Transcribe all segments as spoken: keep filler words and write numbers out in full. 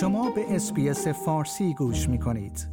شما به اس‌بی‌اس فارسی گوش می‌کنید.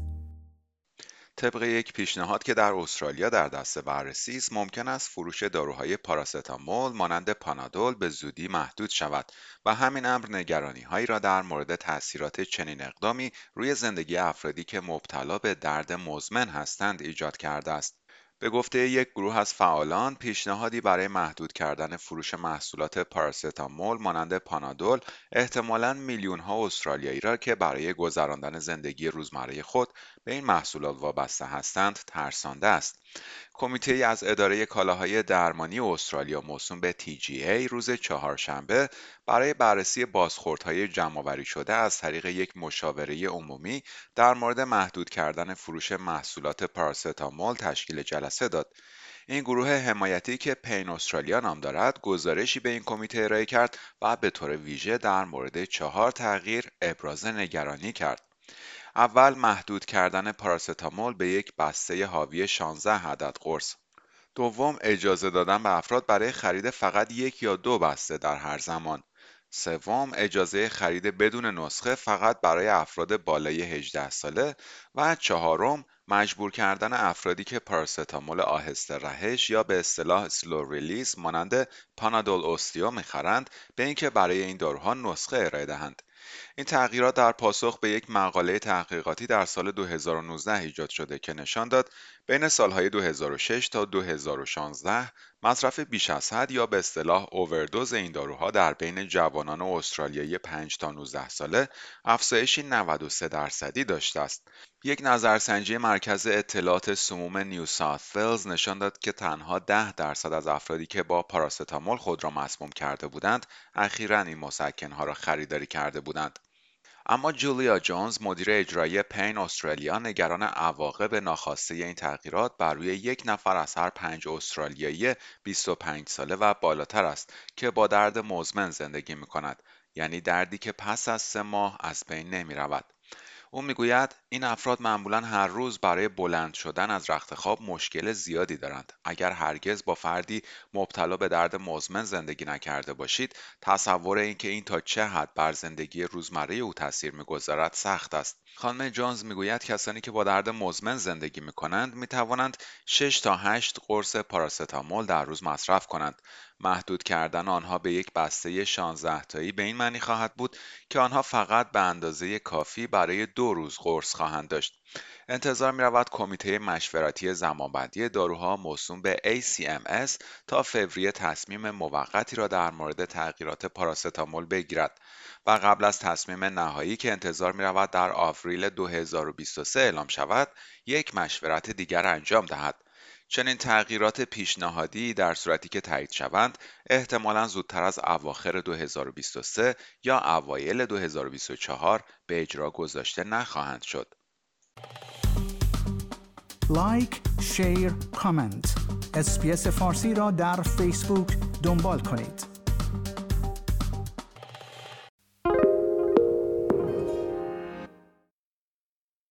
طبق یک پیشنهاد که در استرالیا در دست بررسی است، ممکن است فروش داروهای پاراستامول مانند پانادول به زودی محدود شود و همین امر نگرانی‌هایی را در مورد تأثیرات چنین اقدامی روی زندگی افرادی که مبتلا به درد مزمن هستند ایجاد کرده است. به گفته یک گروه از فعالان، پیشنهادی برای محدود کردن فروش محصولات پاراستامول مانند پانادول احتمالاً میلیون‌ها استرالیایی را که برای گذراندن زندگی روزمره خود به این محصولات وابسته هستند ترسانده است. کمیته‌ای از اداره کالاهای درمانی استرالیا موسوم به تی جی ای روز چهارشنبه برای بررسی بازخوردهای جمع‌آوری شده از طریق یک مشاوره عمومی در مورد محدود کردن فروش محصولات پاراستامول تشکیل جلسه داد. این گروه حمایتی که پین استرالیا نام دارد، گزارشی به این کمیته ارائه کرد و به طور ویژه در مورد چهار تغییر ابراز نگرانی کرد. اول، محدود کردن پاراستامول به یک بسته حاوی شانزده عدد قرص. دوم، اجازه دادن به افراد برای خرید فقط یک یا دو بسته در هر زمان. سوم، اجازه خرید بدون نسخه فقط برای افراد بالای هجده ساله. و چهارم، مجبور کردن افرادی که پاراستامول آهسته رهش یا به اصطلاح سلو ریلیز مانند پانادول اوستیو میخرند به اینکه برای این داروها نسخه ارائه دهند. این تغییرات در پاسخ به یک مقاله تحقیقاتی در سال دو هزار و نوزده ایجاد شده که نشان داد بین سالهای دو هزار و شش تا دو هزار و شانزده مصرف بیش از حد یا به اصطلاح اووردوز این داروها در بین جوانان استرالیایی پنج تا نوزده ساله افزایشی نود و سه درصدی داشته است. یک نظرسنجی مرکز اطلاعات سموم نیو ساوت ولز نشان داد که تنها ده درصد از افرادی که با پاراستامول خود را مسموم کرده بودند اخیراً این مسکن‌ها را خریداری کرده بودند. اما جولیا جونز، مدیر اجرایی پین استرالیا، نگران عواقب ناخواسته این تغییرات بر روی یک نفر از هر پنج استرالیایی بیست و پنج ساله و بالاتر است که با درد مزمن زندگی می‌کند، یعنی دردی که پس از سه ماه از بین نمی‌رود. او میگوید این افراد معمولاً هر روز برای بلند شدن از رخت خواب مشکل زیادی دارند. اگر هرگز با فردی مبتلا به درد مزمن زندگی نکرده باشید، تصور اینکه این تا چه حد بر زندگی روزمره او تاثیر میگذارد سخت است. خانم جونز میگوید کسانی که با درد مزمن زندگی میکنند میتوانند شش تا هشت قرص پاراستامول در روز مصرف کنند. محدود کردن آنها به یک بسته شانزده تایی به این معنی خواهد بود که آنها فقط به اندازه کافی برای دو روز قرص خواهند داشت. انتظار می رود کمیته مشورتی زمانبندی داروها موسوم به ای سی ام اس تا فوریه تصمیم موقتی را در مورد تغییرات پاراستامول بگیرد و قبل از تصمیم نهایی که انتظار می رود در آوریل دو هزار و بیست و سه اعلام شود، یک مشورت دیگر انجام دهد. چنین تغییرات پیشنهادی در صورتی که تایید شوند، احتمالاً زودتر از اواخر دو هزار و بیست و سه یا اوایل دو هزار و بیست و چهار به اجرا گذاشته نخواهند شد. لایک، شیر، کامنت. اس‌بی‌اس فارسی را در فیسبوک دنبال کنید.